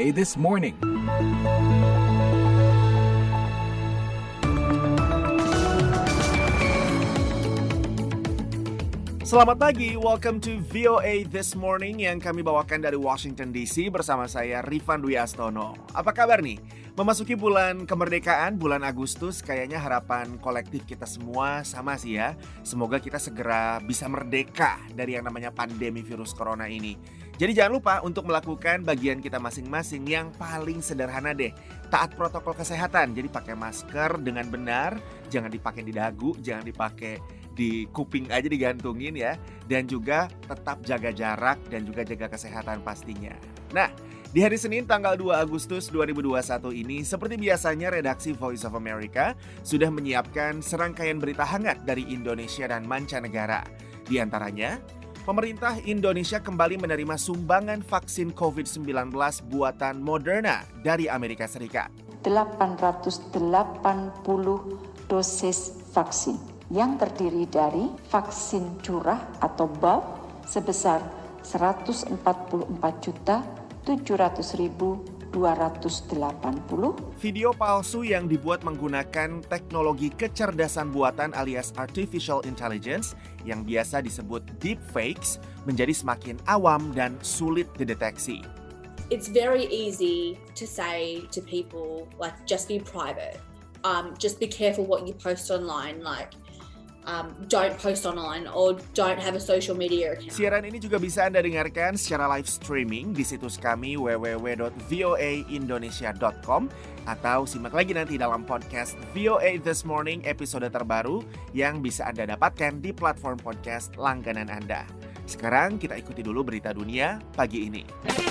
VOA This Morning. Selamat pagi, welcome to VOA This Morning yang kami bawakan dari Washington DC bersama saya Rifan Dwi Astono. Apa kabar nih? Memasuki bulan kemerdekaan, bulan Agustus, kayaknya harapan kolektif kita semua sama sih ya. Semoga kita segera bisa merdeka dari yang namanya pandemi virus corona ini. Jadi jangan lupa untuk melakukan bagian kita masing-masing yang paling sederhana deh. Taat protokol kesehatan, jadi pakai masker dengan benar, jangan dipakai di dagu, jangan dipakai di kuping aja digantungin ya. Dan juga tetap jaga jarak dan juga jaga kesehatan pastinya. Nah, di hari Senin tanggal 2 Agustus 2021 ini, seperti biasanya redaksi Voice of America sudah menyiapkan serangkaian berita hangat dari Indonesia dan mancanegara. Di antaranya, pemerintah Indonesia kembali menerima sumbangan vaksin COVID-19 buatan Moderna dari Amerika Serikat. 880 dosis vaksin yang terdiri dari vaksin curah atau bulk sebesar 144.700.280. Video palsu yang dibuat menggunakan teknologi kecerdasan buatan alias artificial intelligence yang biasa disebut deepfakes menjadi semakin awam dan sulit dideteksi. It's very easy to say to people, like, just be private. Just be careful what you post online, like, don't post online or don't have a social media account. Siaran ini juga bisa Anda dengarkan secara live streaming di situs kami www.voaindonesia.com atau simak lagi nanti dalam podcast VOA This Morning episode terbaru yang bisa Anda dapatkan di platform podcast langganan Anda. Sekarang kita ikuti dulu berita dunia pagi ini.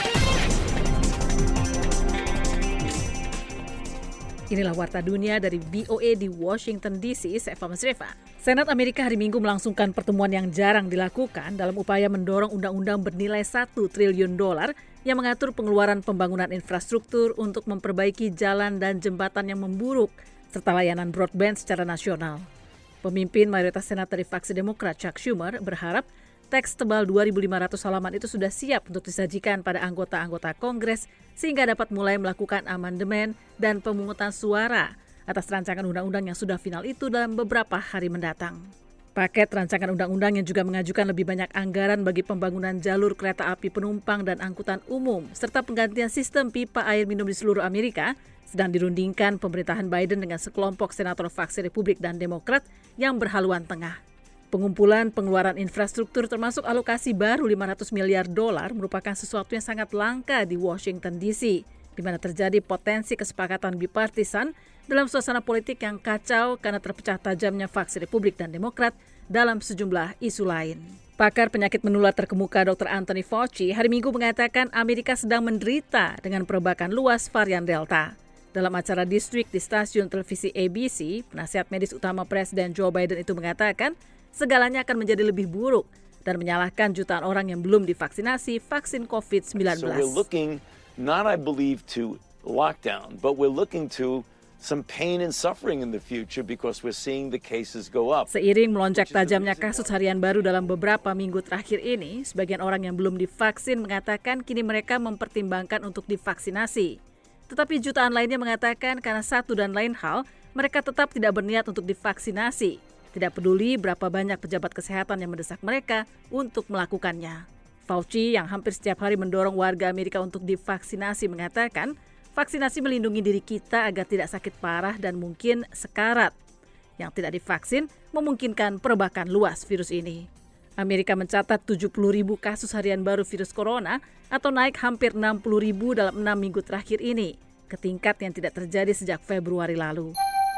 Inilah Warta Dunia dari VOA di Washington DC, saya Mas Reva. Senat Amerika hari Minggu melangsungkan pertemuan yang jarang dilakukan dalam upaya mendorong undang-undang bernilai $1 triliun yang mengatur pengeluaran pembangunan infrastruktur untuk memperbaiki jalan dan jembatan yang memburuk, serta layanan broadband secara nasional. Pemimpin mayoritas Senat dari fraksi Demokrat Chuck Schumer berharap teks tebal 2.500 halaman itu sudah siap untuk disajikan pada anggota-anggota Kongres sehingga dapat mulai melakukan amandemen dan pemungutan suara atas rancangan undang-undang yang sudah final itu dalam beberapa hari mendatang. Paket rancangan undang-undang yang juga mengajukan lebih banyak anggaran bagi pembangunan jalur kereta api penumpang dan angkutan umum serta penggantian sistem pipa air minum di seluruh Amerika sedang dirundingkan pemerintahan Biden dengan sekelompok senator fraksi Republik dan Demokrat yang berhaluan tengah. Pengumpulan pengeluaran infrastruktur termasuk alokasi baru $500 miliar merupakan sesuatu yang sangat langka di Washington DC, di mana terjadi potensi kesepakatan bipartisan dalam suasana politik yang kacau karena terpecah tajamnya faksi Republik dan Demokrat dalam sejumlah isu lain. Pakar penyakit menular terkemuka Dr. Anthony Fauci hari Minggu mengatakan Amerika sedang menderita dengan perombakan luas varian Delta. Dalam acara distrik di stasiun televisi ABC, penasihat medis utama Presiden Joe Biden itu mengatakan segalanya akan menjadi lebih buruk dan menyalahkan jutaan orang yang belum divaksinasi vaksin COVID-19. So we're looking not, I believe, to lockdown, but we're looking to some pain and suffering in the future because we're seeing the cases go up. Seiring melonjak tajamnya kasus harian baru dalam beberapa minggu terakhir ini, sebagian orang yang belum divaksin mengatakan kini mereka mempertimbangkan untuk divaksinasi. Tetapi jutaan lainnya mengatakan karena satu dan lain hal, mereka tetap tidak berniat untuk divaksinasi. Tidak peduli berapa banyak pejabat kesehatan yang mendesak mereka untuk melakukannya. Fauci yang hampir setiap hari mendorong warga Amerika untuk divaksinasi mengatakan, vaksinasi melindungi diri kita agar tidak sakit parah dan mungkin sekarat. Yang tidak divaksin memungkinkan perebakan luas virus ini. Amerika mencatat 70.000 kasus harian baru virus corona atau naik hampir 60.000 dalam 6 minggu terakhir ini, ke tingkat yang tidak terjadi sejak Februari lalu.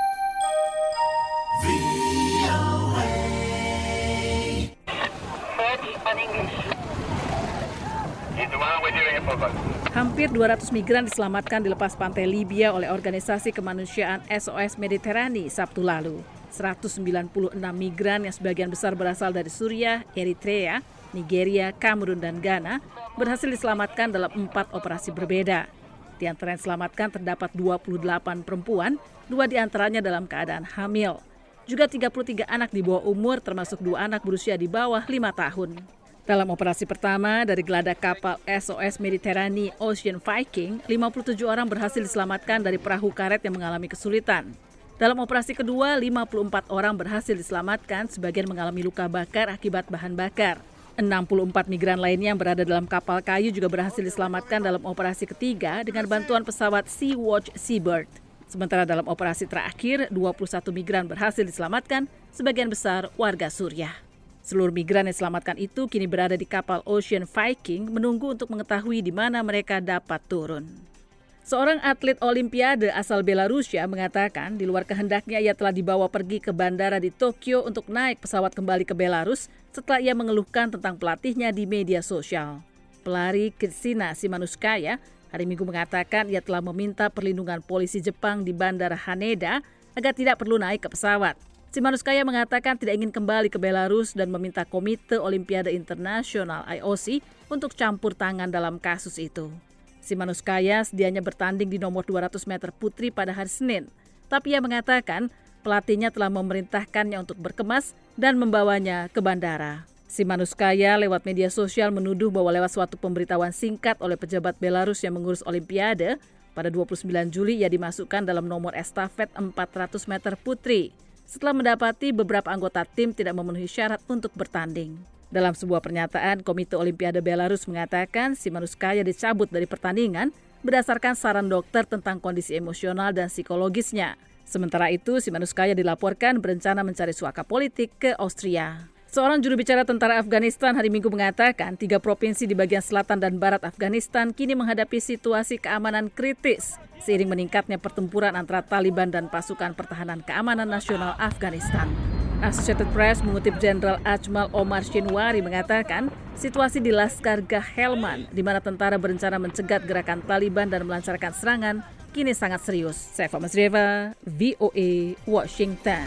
Hampir 200 migran diselamatkan di lepas pantai Libya oleh organisasi kemanusiaan SOS Mediterani Sabtu lalu. 196 migran yang sebagian besar berasal dari Suriah, Eritrea, Nigeria, Kamerun, dan Ghana berhasil diselamatkan dalam 4 operasi berbeda. Di antara yang diselamatkan terdapat 28 perempuan, 2 diantaranya dalam keadaan hamil. Juga 33 anak di bawah umur termasuk 2 anak berusia di bawah 5 tahun. Dalam operasi pertama dari geladak kapal SOS Mediterranean Ocean Viking, 57 orang berhasil diselamatkan dari perahu karet yang mengalami kesulitan. Dalam operasi kedua, 54 orang berhasil diselamatkan, sebagian mengalami luka bakar akibat bahan bakar. 64 migran lainnya yang berada dalam kapal kayu juga berhasil diselamatkan dalam operasi ketiga dengan bantuan pesawat Sea-Watch Seabird. Sementara dalam operasi terakhir, 21 migran berhasil diselamatkan, sebagian besar warga Suriah. Seluruh migran yang diselamatkan itu kini berada di kapal Ocean Viking menunggu untuk mengetahui di mana mereka dapat turun. Seorang atlet Olimpiade asal Belarusia mengatakan di luar kehendaknya ia telah dibawa pergi ke bandara di Tokyo untuk naik pesawat kembali ke Belarus setelah ia mengeluhkan tentang pelatihnya di media sosial. Pelari Kristina Simanouskaya hari Minggu mengatakan ia telah meminta perlindungan polisi Jepang di bandara Haneda agar tidak perlu naik ke pesawat. Simanouskaya mengatakan tidak ingin kembali ke Belarus dan meminta Komite Olimpiade Internasional IOC untuk campur tangan dalam kasus itu. Simanouskaya sedianya bertanding di nomor 200 meter putri pada hari Senin, tapi ia mengatakan pelatihnya telah memerintahkannya untuk berkemas dan membawanya ke bandara. Simanouskaya lewat media sosial menuduh bahwa lewat suatu pemberitahuan singkat oleh pejabat Belarus yang mengurus Olimpiade, pada 29 Juli ia dimasukkan dalam nomor estafet 400 meter putri, setelah mendapati beberapa anggota tim tidak memenuhi syarat untuk bertanding. Dalam sebuah pernyataan, Komite Olimpiade Belarus mengatakan Simanouskaya dicabut dari pertandingan berdasarkan saran dokter tentang kondisi emosional dan psikologisnya. Sementara itu, Simanouskaya dilaporkan berencana mencari suaka politik ke Austria. Seorang juru bicara tentara Afghanistan hari Minggu mengatakan 3 provinsi di bagian selatan dan barat Afghanistan kini menghadapi situasi keamanan kritis seiring meningkatnya pertempuran antara Taliban dan pasukan pertahanan keamanan nasional Afghanistan. Associated Press mengutip Jenderal Ajmal Omar Shinwari mengatakan situasi di Laskar Gah Helmand di mana tentara berencana mencegat gerakan Taliban dan melancarkan serangan kini sangat serius. Saifa Masrieva, VOA, Washington.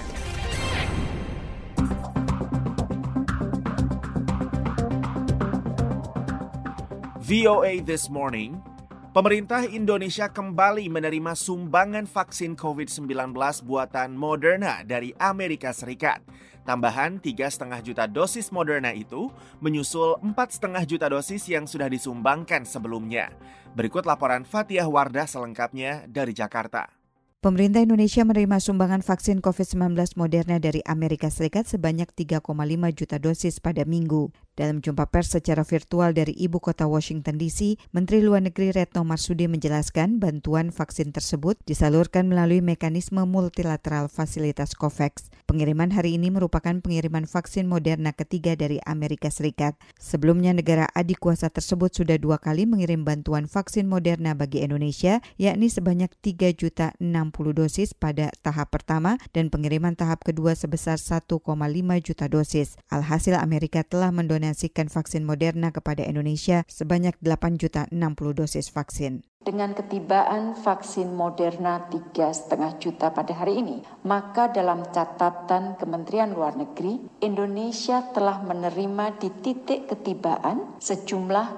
VOA This Morning, pemerintah Indonesia kembali menerima sumbangan vaksin COVID-19 buatan Moderna dari Amerika Serikat. Tambahan 3,5 juta dosis Moderna itu menyusul 4,5 juta dosis yang sudah disumbangkan sebelumnya. Berikut laporan Fathiah Wardah selengkapnya dari Jakarta. Pemerintah Indonesia menerima sumbangan vaksin COVID-19 Moderna dari Amerika Serikat sebanyak 3,5 juta dosis pada Minggu. Dalam jumpa pers secara virtual dari ibu kota Washington DC, Menteri Luar Negeri Retno Marsudi menjelaskan bantuan vaksin tersebut disalurkan melalui mekanisme multilateral fasilitas COVAX. Pengiriman hari ini merupakan pengiriman vaksin Moderna ketiga dari Amerika Serikat. Sebelumnya negara adik kuasa tersebut sudah 2 kali mengirim bantuan vaksin Moderna bagi Indonesia, yakni sebanyak 3.060 dosis pada tahap pertama dan pengiriman tahap kedua sebesar 1,5 juta dosis. Alhasil Amerika telah mendonasikan vaksin Moderna kepada Indonesia sebanyak 8.060 dosis vaksin. Dengan ketibaan vaksin Moderna 3,5 juta pada hari ini, maka dalam catatan Kementerian Luar Negeri, Indonesia telah menerima di titik ketibaan sejumlah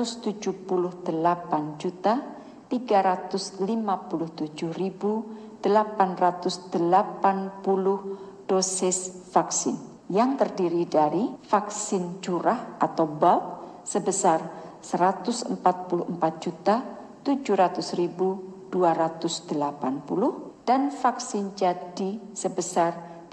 178.357.880 dosis vaksin yang terdiri dari vaksin curah atau bulk sebesar 144.700.280 dan vaksin jadi sebesar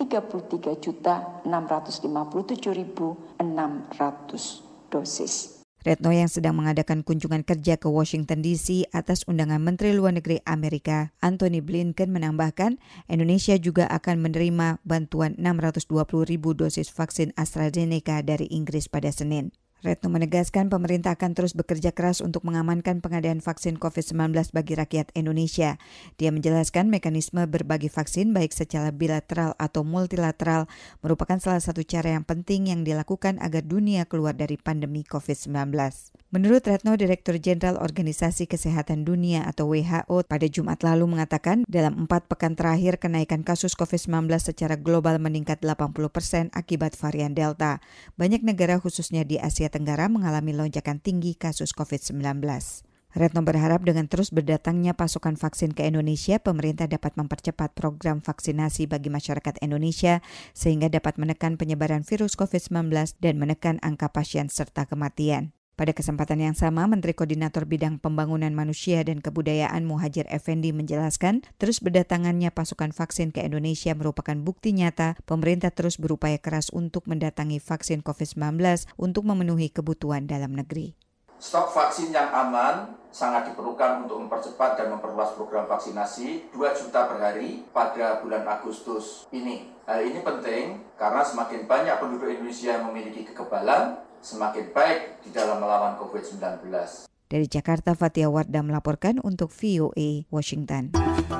33.657.600 dosis. Retno yang sedang mengadakan kunjungan kerja ke Washington DC atas undangan Menteri Luar Negeri Amerika, Antony Blinken menambahkan, Indonesia juga akan menerima bantuan 620.000 dosis vaksin AstraZeneca dari Inggris pada Senin. Retno menegaskan pemerintah akan terus bekerja keras untuk mengamankan pengadaan vaksin COVID-19 bagi rakyat Indonesia. Dia menjelaskan mekanisme berbagi vaksin baik secara bilateral atau multilateral merupakan salah satu cara yang penting yang dilakukan agar dunia keluar dari pandemi COVID-19. Menurut Retno, Direktur Jenderal Organisasi Kesehatan Dunia atau WHO pada Jumat lalu mengatakan dalam 4 pekan terakhir kenaikan kasus COVID-19 secara global meningkat 80% akibat varian Delta. Banyak negara khususnya di Asia Tenggara mengalami lonjakan tinggi kasus COVID-19. Retno berharap dengan terus berdatangnya pasukan vaksin ke Indonesia, pemerintah dapat mempercepat program vaksinasi bagi masyarakat Indonesia sehingga dapat menekan penyebaran virus COVID-19 dan menekan angka pasien serta kematian. Pada kesempatan yang sama, Menteri Koordinator Bidang Pembangunan Manusia dan Kebudayaan Muhadjir Effendi menjelaskan, terus berdatangannya pasukan vaksin ke Indonesia merupakan bukti nyata pemerintah terus berupaya keras untuk mendatangi vaksin COVID-19 untuk memenuhi kebutuhan dalam negeri. Stok vaksin yang aman sangat diperlukan untuk mempercepat dan memperluas program vaksinasi 2 juta per hari pada bulan Agustus ini. Hal ini penting karena semakin banyak penduduk Indonesia yang memiliki kekebalan, semakin baik di dalam melawan COVID-19. Dari Jakarta, Fatia Wardah melaporkan untuk VOA Washington.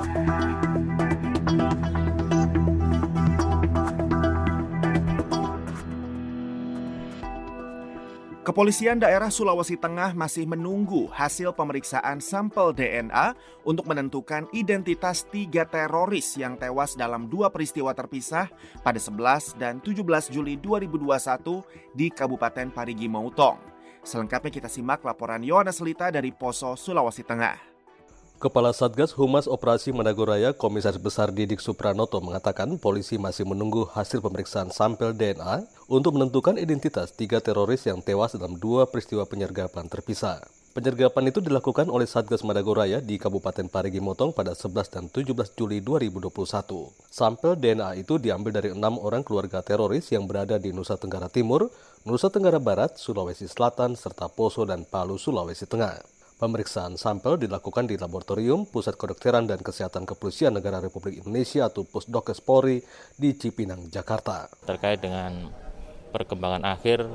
Kepolisian daerah Sulawesi Tengah masih menunggu hasil pemeriksaan sampel DNA untuk menentukan identitas 3 teroris yang tewas dalam 2 peristiwa terpisah pada 11 dan 17 Juli 2021 di Kabupaten Parigi Motong. Selengkapnya kita simak laporan Yohanes Lita dari Poso, Sulawesi Tengah. Kepala Satgas Humas Operasi Madagoraya, Komisaris Besar Didik Supranoto mengatakan polisi masih menunggu hasil pemeriksaan sampel DNA untuk menentukan identitas 3 teroris yang tewas dalam 2 peristiwa penyergapan terpisah. Penyergapan itu dilakukan oleh Satgas Madagoraya di Kabupaten Parigi Motong pada 11 dan 17 Juli 2021. Sampel DNA itu diambil dari 6 orang keluarga teroris yang berada di Nusa Tenggara Timur, Nusa Tenggara Barat, Sulawesi Selatan, serta Poso dan Palu, Sulawesi Tengah. Pemeriksaan sampel dilakukan di Laboratorium Pusat Kedokteran dan Kesehatan Kepolisian Negara Republik Indonesia atau Pusdokes Polri di Cipinang, Jakarta. Terkait dengan perkembangan akhir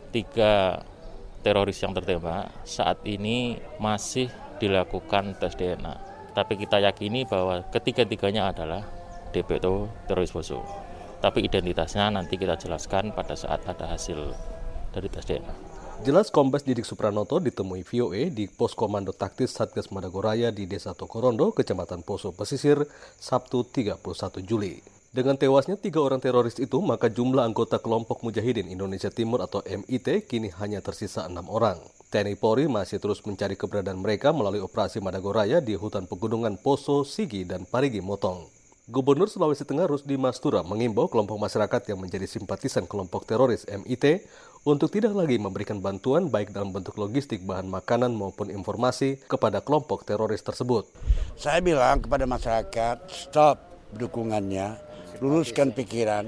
3 teroris yang tertembak, saat ini masih dilakukan tes DNA. Tapi kita yakini bahwa ketiga-tiganya adalah DPO teroris Poso. Tapi identitasnya nanti kita jelaskan pada saat ada hasil dari tes DNA. Jelas Kombes Didik Supranoto ditemui VOA di Pos Komando Taktis Satgas Madagoraya di Desa Tokorondo, Kecamatan Poso Pesisir, Sabtu 31 Juli. Dengan tewasnya 3 orang teroris itu, maka jumlah anggota kelompok Mujahidin Indonesia Timur atau MIT kini hanya tersisa 6 orang. TNI Polri masih terus mencari keberadaan mereka melalui operasi Madagoraya di hutan pegunungan Poso, Sigi, dan Parigi Motong. Gubernur Sulawesi Tengah Rusdi Mastura mengimbau kelompok masyarakat yang menjadi simpatisan kelompok teroris MIT untuk tidak lagi memberikan bantuan baik dalam bentuk logistik, bahan makanan maupun informasi kepada kelompok teroris tersebut. Saya bilang kepada masyarakat, stop dukungannya, luruskan pikiran,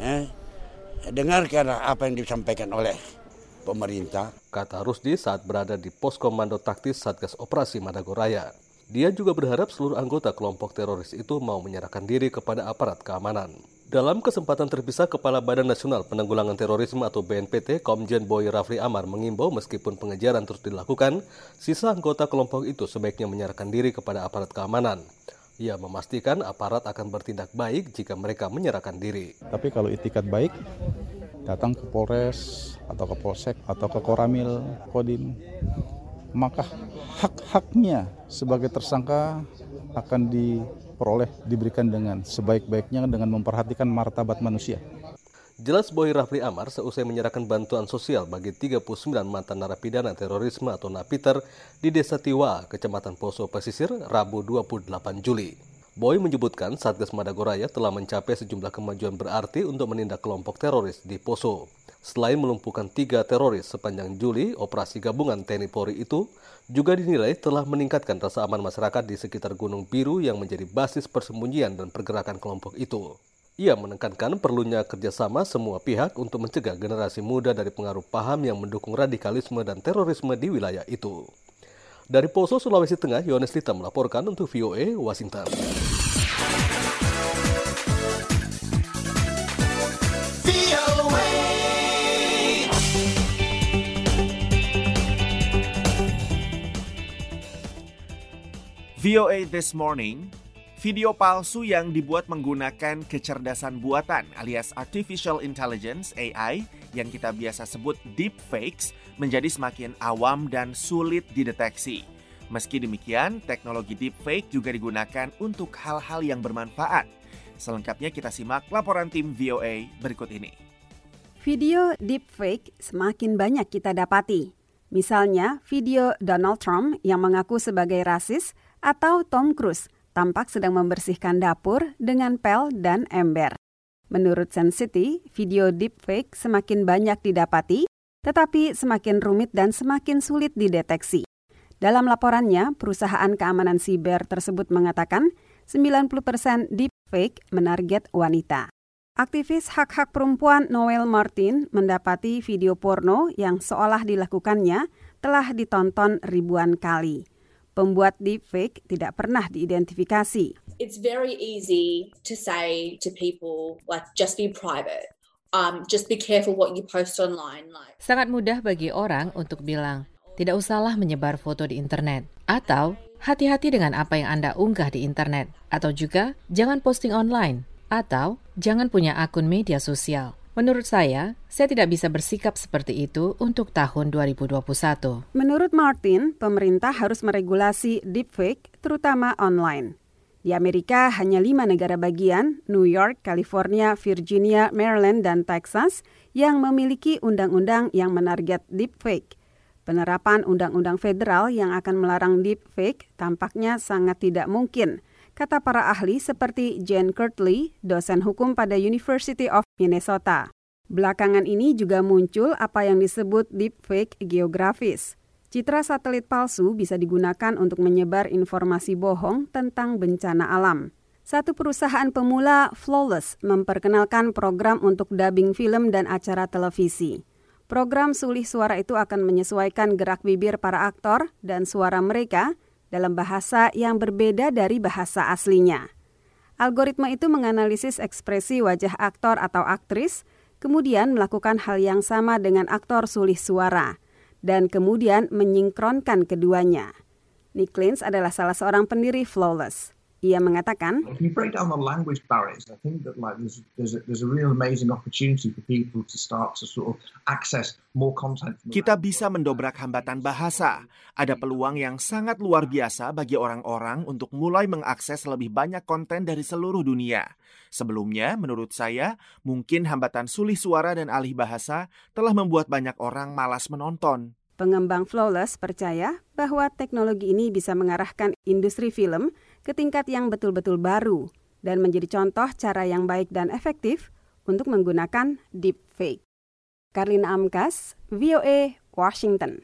dengarkanlah apa yang disampaikan oleh pemerintah. Kata Rusdi saat berada di Pos Komando Taktis Satgas Operasi Madagoraya. Dia juga berharap seluruh anggota kelompok teroris itu mau menyerahkan diri kepada aparat keamanan. Dalam kesempatan terpisah, Kepala Badan Nasional Penanggulangan Terorisme atau BNPT, Komjen Boy Rafli Amar mengimbau meskipun pengejaran terus dilakukan, sisa anggota kelompok itu sebaiknya menyerahkan diri kepada aparat keamanan. Ia memastikan aparat akan bertindak baik jika mereka menyerahkan diri. Tapi kalau itikat baik, datang ke Polres atau ke Polsek atau ke Koramil, Kodim, maka hak-haknya sebagai tersangka akan diperoleh, diberikan dengan sebaik-baiknya dengan memperhatikan martabat manusia. Jelas Boy Rafli Amar seusai menyerahkan bantuan sosial bagi 39 mantan narapidana terorisme atau napiter di Desa Tiwa, Kecamatan Poso Pesisir, Rabu 28 Juli. Boy menyebutkan Satgas Madagoraya telah mencapai sejumlah kemajuan berarti untuk menindak kelompok teroris di Poso. Selain melumpuhkan 3 teroris sepanjang Juli, operasi gabungan TNI Polri itu juga dinilai telah meningkatkan rasa aman masyarakat di sekitar Gunung Biru yang menjadi basis persembunyian dan pergerakan kelompok itu. Ia menekankan perlunya kerjasama semua pihak untuk mencegah generasi muda dari pengaruh paham yang mendukung radikalisme dan terorisme di wilayah itu. Dari Poso, Sulawesi Tengah, Yohanes Lita melaporkan untuk VOA Washington. VOA This Morning, video palsu yang dibuat menggunakan kecerdasan buatan alias Artificial Intelligence (AI) yang kita biasa sebut deepfakes menjadi semakin awam dan sulit dideteksi. Meski demikian, teknologi deepfake juga digunakan untuk hal-hal yang bermanfaat. Selengkapnya kita simak laporan tim VOA berikut ini. Video deepfake semakin banyak kita dapati. Misalnya video Donald Trump yang mengaku sebagai rasis atau Tom Cruise tampak sedang membersihkan dapur dengan pel dan ember. Menurut Sun City, video deepfake semakin banyak didapati, tetapi semakin rumit dan semakin sulit dideteksi. Dalam laporannya, perusahaan keamanan siber tersebut mengatakan 90% deepfake menarget wanita. Aktivis hak-hak perempuan Noel Martin mendapati video porno yang seolah dilakukannya telah ditonton ribuan kali. Pembuat deepfake tidak pernah diidentifikasi. It's very easy to say to people, like, just be private. Just be careful what you post online. Sangat mudah bagi orang untuk bilang, tidak usahlah menyebar foto di internet. Atau, hati-hati dengan apa yang Anda unggah di internet. Atau juga, jangan posting online. Atau, jangan punya akun media sosial. Menurut saya tidak bisa bersikap seperti itu untuk tahun 2021. Menurut Martin, pemerintah harus meregulasi deepfake, terutama online. Di Amerika, hanya 5 negara bagian, New York, California, Virginia, Maryland, dan Texas, yang memiliki undang-undang yang menarget deepfake. Penerapan undang-undang federal yang akan melarang deepfake tampaknya sangat tidak mungkin, kata para ahli seperti Jane Kirtley, dosen hukum pada University of Minnesota. Belakangan ini juga muncul apa yang disebut deepfake geografis. Citra satelit palsu bisa digunakan untuk menyebar informasi bohong tentang bencana alam. Satu perusahaan pemula, Flawless, memperkenalkan program untuk dubbing film dan acara televisi. Program sulih suara itu akan menyesuaikan gerak bibir para aktor dan suara mereka dalam bahasa yang berbeda dari bahasa aslinya. Algoritma itu menganalisis ekspresi wajah aktor atau aktris, kemudian melakukan hal yang sama dengan aktor sulih suara, dan kemudian menyingkronkan keduanya. Nick Lynch adalah salah seorang pendiri Flawless. Ia mengatakan, if you break down the language barriers, I think that there's a real amazing opportunity for people to start to sort of access more content. Kita bisa mendobrak hambatan bahasa. Ada peluang yang sangat luar biasa bagi orang-orang untuk mulai mengakses lebih banyak konten dari seluruh dunia. Sebelumnya, menurut saya, mungkin hambatan sulih suara dan alih bahasa telah membuat banyak orang malas menonton. Pengembang Flawless percaya bahwa teknologi ini bisa mengarahkan industri film ke tingkat yang betul-betul baru dan menjadi contoh cara yang baik dan efektif untuk menggunakan deepfake. Karlina Amkas, VOA, Washington.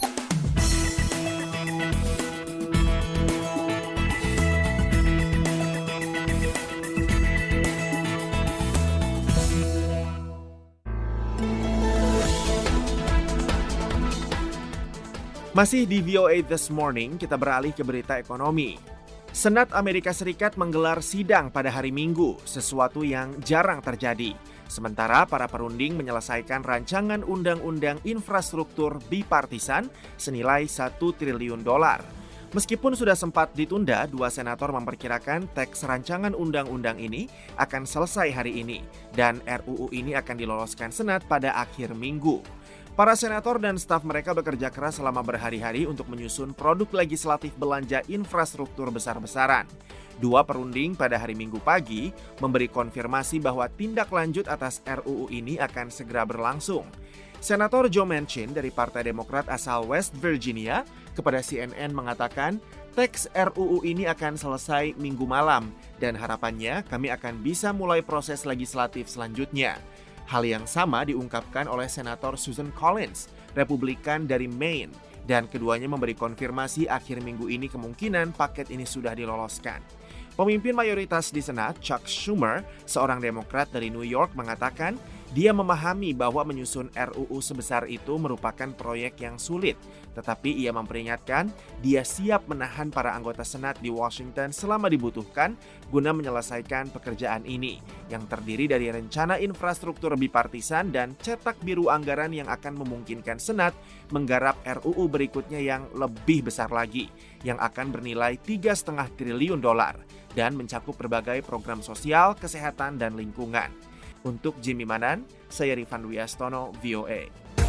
Masih di VOA This Morning, kita beralih ke berita ekonomi. Senat Amerika Serikat menggelar sidang pada hari Minggu, sesuatu yang jarang terjadi. Sementara para perunding menyelesaikan rancangan undang-undang infrastruktur bipartisan senilai $1 triliun. Meskipun sudah sempat ditunda, 2 senator memperkirakan teks rancangan undang-undang ini akan selesai hari ini, dan RUU ini akan diloloskan Senat pada akhir minggu. Para senator dan staf mereka bekerja keras selama berhari-hari untuk menyusun produk legislatif belanja infrastruktur besar-besaran. 2 perunding pada hari Minggu pagi memberi konfirmasi bahwa tindak lanjut atas RUU ini akan segera berlangsung. Senator Joe Manchin dari Partai Demokrat asal West Virginia kepada CNN mengatakan, teks RUU ini akan selesai Minggu malam dan harapannya kami akan bisa mulai proses legislatif selanjutnya. Hal yang sama diungkapkan oleh Senator Susan Collins, Republikan dari Maine, dan keduanya memberi konfirmasi akhir minggu ini kemungkinan paket ini sudah diloloskan. Pemimpin mayoritas di Senat, Chuck Schumer, seorang Demokrat dari New York, mengatakan dia memahami bahwa menyusun RUU sebesar itu merupakan proyek yang sulit, tetapi ia memperingatkan dia siap menahan para anggota Senat di Washington selama dibutuhkan guna menyelesaikan pekerjaan ini, yang terdiri dari rencana infrastruktur bipartisan dan cetak biru anggaran yang akan memungkinkan Senat menggarap RUU berikutnya yang lebih besar lagi, yang akan bernilai $3,5 triliun dan mencakup berbagai program sosial, kesehatan, dan lingkungan. Untuk Jimmy Manan, saya Rifan Dwi Astono, VOA.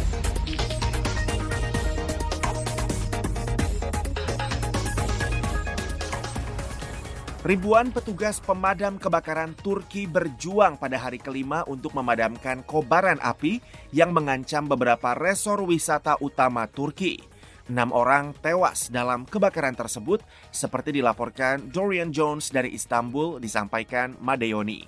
Ribuan petugas pemadam kebakaran Turki berjuang pada hari kelima untuk memadamkan kobaran api yang mengancam beberapa resor wisata utama Turki. 6 orang tewas dalam kebakaran tersebut, seperti dilaporkan Dorian Jones dari Istanbul, disampaikan Madeyoni.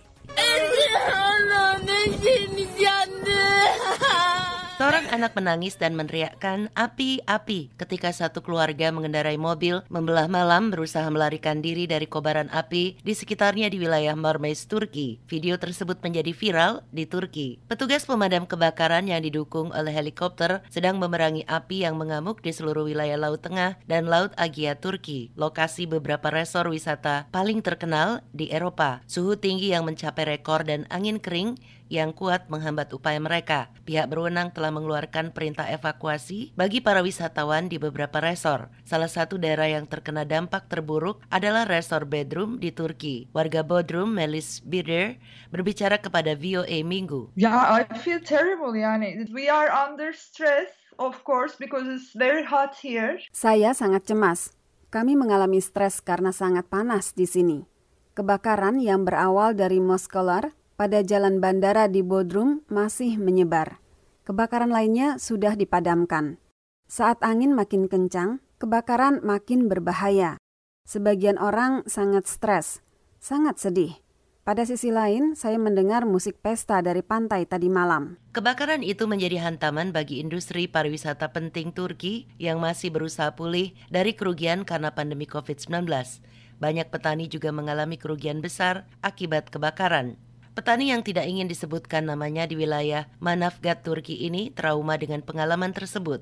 Seorang anak menangis dan meneriakkan api, api ketika satu keluarga mengendarai mobil membelah malam berusaha melarikan diri dari kobaran api di sekitarnya di wilayah Marmaris, Turki. Video tersebut menjadi viral di Turki. Petugas pemadam kebakaran yang didukung oleh helikopter sedang memerangi api yang mengamuk di seluruh wilayah Laut Tengah dan Laut Aegea, Turki, lokasi beberapa resor wisata paling terkenal di Eropa. Suhu tinggi yang mencapai rekor dan angin kering yang kuat menghambat upaya mereka. Pihak berwenang telah mengeluarkan perintah evakuasi bagi para wisatawan di beberapa resor. Salah satu daerah yang terkena dampak terburuk adalah resor Bodrum di Turki. Warga Bodrum, Melis Birder, berbicara kepada VOA Minggu. Yeah, I feel terrible, yani. We are under stress, of course, because it's very hot here. Saya sangat cemas. Kami mengalami stres karena sangat panas di sini. Kebakaran yang berawal dari Moskolar pada jalan bandara di Bodrum masih menyebar. Kebakaran lainnya sudah dipadamkan. Saat angin makin kencang, kebakaran makin berbahaya. Sebagian orang sangat stres, sangat sedih. Pada sisi lain, saya mendengar musik pesta dari pantai tadi malam. Kebakaran itu menjadi hantaman bagi industri pariwisata penting Turki yang masih berusaha pulih dari kerugian karena pandemi COVID-19. Banyak petani juga mengalami kerugian besar akibat kebakaran. Petani yang tidak ingin disebutkan namanya di wilayah Manavgat, Turki ini trauma dengan pengalaman tersebut.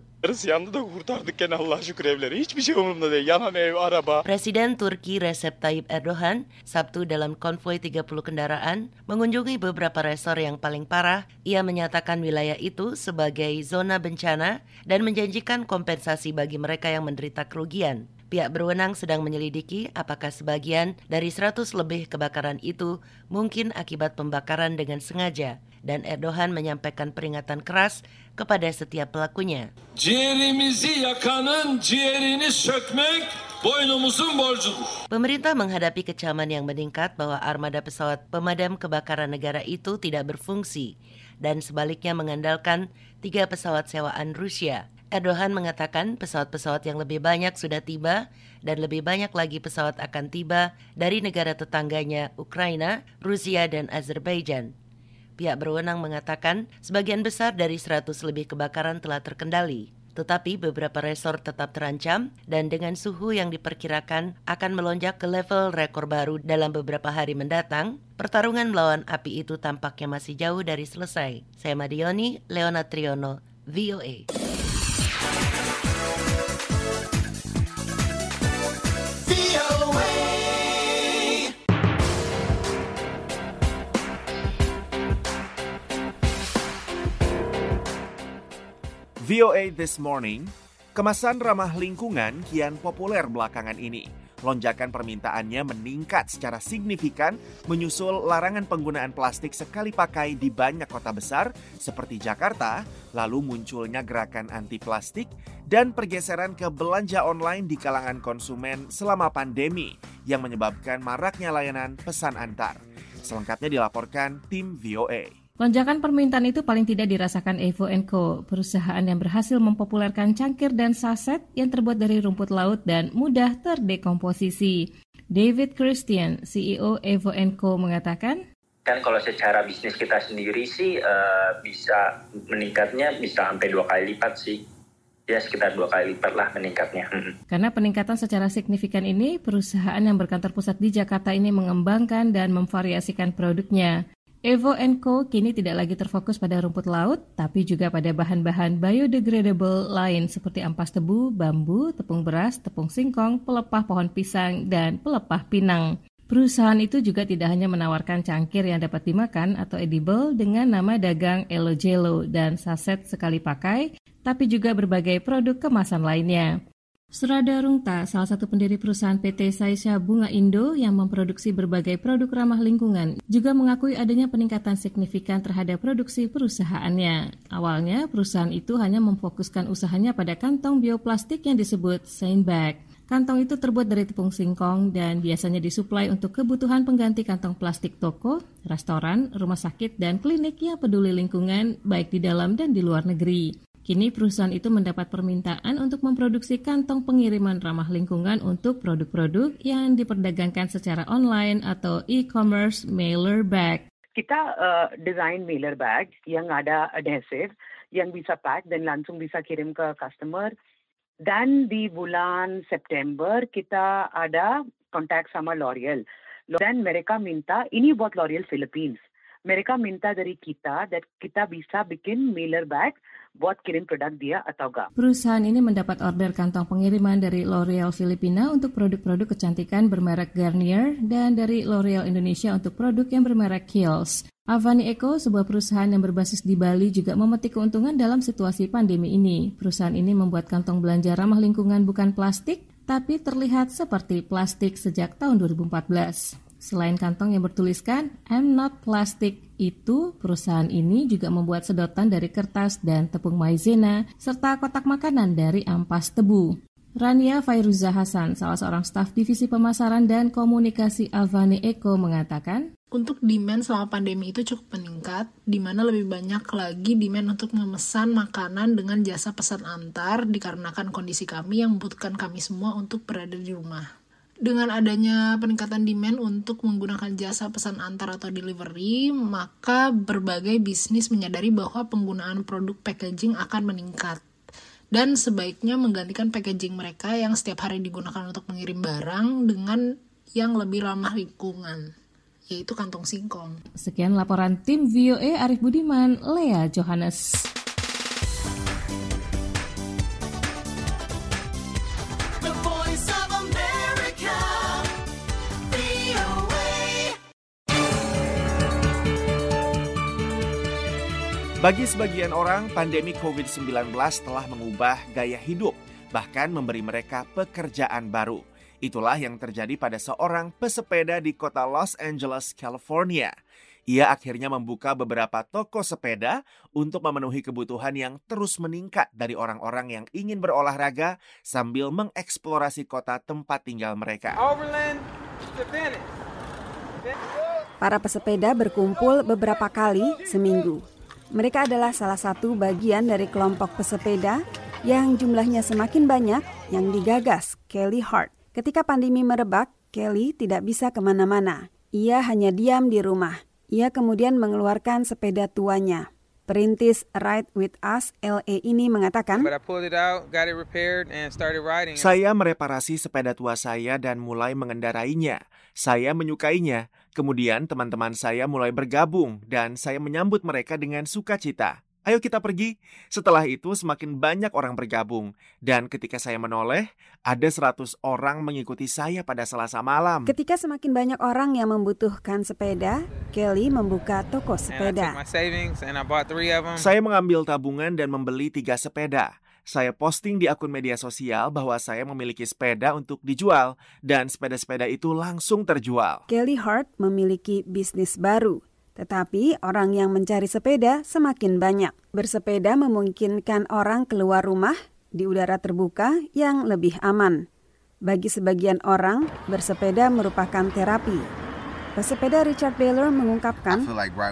Presiden Turki Recep Tayyip Erdogan Sabtu dalam konvoi 30 kendaraan mengunjungi beberapa resor yang paling parah. Ia menyatakan wilayah itu sebagai zona bencana dan menjanjikan kompensasi bagi mereka yang menderita kerugian. Pihak berwenang sedang menyelidiki apakah sebagian dari 100 lebih kebakaran itu mungkin akibat pembakaran dengan sengaja, dan Erdogan menyampaikan peringatan keras kepada setiap pelakunya. Ciğerimizi yakanın ciğerini sökmek boynumuzun borcudur. Pemerintah menghadapi kecaman yang meningkat bahwa armada pesawat pemadam kebakaran negara itu tidak berfungsi dan sebaliknya mengandalkan 3 pesawat sewaan Rusia. Erdogan mengatakan pesawat-pesawat yang lebih banyak sudah tiba dan lebih banyak lagi pesawat akan tiba dari negara tetangganya Ukraina, Rusia, dan Azerbaijan. Pihak berwenang mengatakan sebagian besar dari 100 lebih kebakaran telah terkendali. Tetapi beberapa resor tetap terancam dan dengan suhu yang diperkirakan akan melonjak ke level rekor baru dalam beberapa hari mendatang, pertarungan melawan api itu tampaknya masih jauh dari selesai. Saya Madeyoni, Leona Triono, VOA. VOA This Morning, kemasan ramah lingkungan kian populer belakangan ini. Lonjakan permintaannya meningkat secara signifikan menyusul larangan penggunaan plastik sekali pakai di banyak kota besar seperti Jakarta, lalu munculnya gerakan anti plastik dan pergeseran ke belanja online di kalangan konsumen selama pandemi yang menyebabkan maraknya layanan pesan antar. Selengkapnya dilaporkan tim VOA. Lonjakan permintaan itu paling tidak dirasakan Evo & Co, perusahaan yang berhasil mempopulerkan cangkir dan saset yang terbuat dari rumput laut dan mudah terdekomposisi. David Christian, CEO Evo & Co mengatakan, kan kalau secara bisnis kita sendiri sih bisa meningkatnya bisa sampai 2 kali lipat sih. Ya sekitar 2 kali lipat lah meningkatnya. Karena peningkatan secara signifikan ini, perusahaan yang berkantor pusat di Jakarta ini mengembangkan dan memvariasikan produknya. Evo & Co kini tidak lagi terfokus pada rumput laut, tapi juga pada bahan-bahan biodegradable lain seperti ampas tebu, bambu, tepung beras, tepung singkong, pelepah pohon pisang, dan pelepah pinang. Perusahaan itu juga tidak hanya menawarkan cangkir yang dapat dimakan atau edible dengan nama dagang Elo Jello dan saset sekali pakai, tapi juga berbagai produk kemasan lainnya. Surada Rungta, salah satu pendiri perusahaan PT Saisya Bunga Indo yang memproduksi berbagai produk ramah lingkungan, juga mengakui adanya peningkatan signifikan terhadap produksi perusahaannya. Awalnya, perusahaan itu hanya memfokuskan usahanya pada kantong bioplastik yang disebut Seinbag. Kantong itu terbuat dari tepung singkong dan biasanya disuplai untuk kebutuhan pengganti kantong plastik toko, restoran, rumah sakit, dan klinik yang peduli lingkungan baik di dalam dan di luar negeri. Kini perusahaan itu mendapat permintaan untuk memproduksi kantong pengiriman ramah lingkungan untuk produk-produk yang diperdagangkan secara online atau e-commerce mailer bag. Kita design mailer bag yang ada adhesive, yang bisa pack dan langsung bisa kirim ke customer. Dan di bulan September kita ada kontak sama L'Oreal. Dan mereka minta, ini buat L'Oreal Philippines. Mereka minta dari kita dan kita bisa bikin mailer bag buat kirim produk dia atau enggak. Perusahaan ini mendapat order kantong pengiriman dari L'Oreal Filipina untuk produk-produk kecantikan bermerek Garnier dan dari L'Oreal Indonesia untuk produk yang bermerek Kiehl's. Avani Eco, sebuah perusahaan yang berbasis di Bali, juga memetik keuntungan dalam situasi pandemi ini. Perusahaan ini membuat kantong belanja ramah lingkungan bukan plastik, tapi terlihat seperti plastik sejak tahun 2014. Selain kantong yang bertuliskan I'm not plastic itu, perusahaan ini juga membuat sedotan dari kertas dan tepung maizena, serta kotak makanan dari ampas tebu. Rania Fairuza Hasan, salah seorang staf divisi pemasaran dan komunikasi Avani Eco, mengatakan, untuk demand selama pandemi itu cukup meningkat, di mana lebih banyak lagi demand untuk memesan makanan dengan jasa pesan antar dikarenakan kondisi kami yang membutuhkan kami semua untuk berada di rumah. Dengan adanya peningkatan demand untuk menggunakan jasa pesan antar atau delivery, maka berbagai bisnis menyadari bahwa penggunaan produk packaging akan meningkat. Dan sebaiknya menggantikan packaging mereka yang setiap hari digunakan untuk mengirim barang dengan yang lebih ramah lingkungan, yaitu kantong singkong. Sekian laporan tim VOA Arif Budiman, Lea Johannes. Bagi sebagian orang, pandemi COVID-19 telah mengubah gaya hidup, bahkan memberi mereka pekerjaan baru. Itulah yang terjadi pada seorang pesepeda di kota Los Angeles, California. Ia akhirnya membuka beberapa toko sepeda untuk memenuhi kebutuhan yang terus meningkat dari orang-orang yang ingin berolahraga sambil mengeksplorasi kota tempat tinggal mereka. Para pesepeda berkumpul beberapa kali seminggu. Mereka adalah salah satu bagian dari kelompok pesepeda yang jumlahnya semakin banyak yang digagas Kelly Hart. Ketika pandemi merebak, Kelly tidak bisa kemana-mana. Ia hanya diam di rumah. Ia kemudian mengeluarkan sepeda tuanya. Perintis Ride With Us LA ini mengatakan, saya mereparasi sepeda tua saya dan mulai mengendarainya. Saya menyukainya. Kemudian teman-teman saya mulai bergabung dan saya menyambut mereka dengan sukacita. Ayo kita pergi. Setelah itu semakin banyak orang bergabung. Dan ketika saya menoleh, ada 100 orang mengikuti saya pada Selasa malam. Ketika semakin banyak orang yang membutuhkan sepeda, Kelly membuka toko sepeda. Saya mengambil tabungan dan membeli 3 sepeda. Saya posting di akun media sosial bahwa saya memiliki sepeda untuk dijual dan sepeda-sepeda itu langsung terjual. Kelly Hart memiliki bisnis baru. Tetapi orang yang mencari sepeda semakin banyak. Bersepeda memungkinkan orang keluar rumah di udara terbuka yang lebih aman. Bagi sebagian orang, bersepeda merupakan terapi. Pesepeda Richard Baylor mengungkapkan,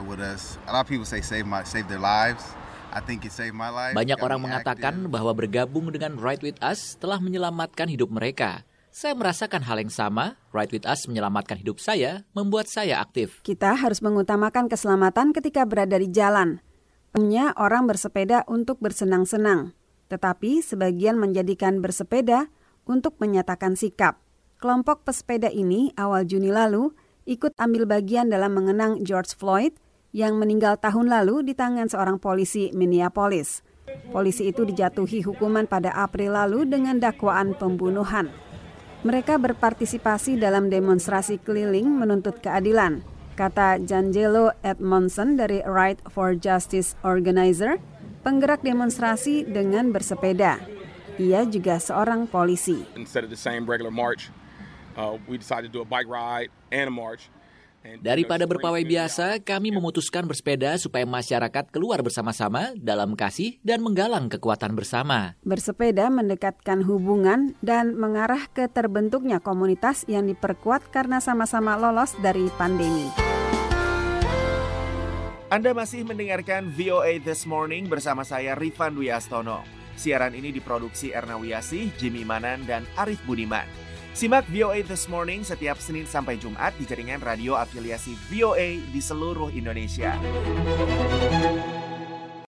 banyak orang mengatakan bahwa bergabung dengan Ride With Us telah menyelamatkan hidup mereka. Saya merasakan hal yang sama. Ride With Us menyelamatkan hidup saya, membuat saya aktif. Kita harus mengutamakan keselamatan ketika berada di jalan. Umumnya orang bersepeda untuk bersenang-senang, tetapi sebagian menjadikan bersepeda untuk menyatakan sikap. Kelompok pesepeda ini awal Juni lalu ikut ambil bagian dalam mengenang George Floyd yang meninggal tahun lalu di tangan seorang polisi Minneapolis. Polisi itu dijatuhi hukuman pada April lalu dengan dakwaan pembunuhan. Mereka berpartisipasi dalam demonstrasi keliling menuntut keadilan, kata Jangelo Edmondson dari Right for Justice Organizer, penggerak demonstrasi dengan bersepeda. Ia juga seorang polisi. Instead of the same regular march, we decided to do a bike ride and a march. Daripada berpawai biasa, kami memutuskan bersepeda supaya masyarakat keluar bersama-sama dalam kasih dan menggalang kekuatan bersama. Bersepeda mendekatkan hubungan dan mengarah ke terbentuknya komunitas yang diperkuat karena sama-sama lolos dari pandemi. Anda masih mendengarkan VOA This Morning bersama saya Rifan Dwi Astono. Siaran ini diproduksi Erna Wiyasih, Jimmy Manan, dan Arif Budiman. Simak VOA This Morning setiap Senin sampai Jumat di jaringan radio afiliasi VOA di seluruh Indonesia.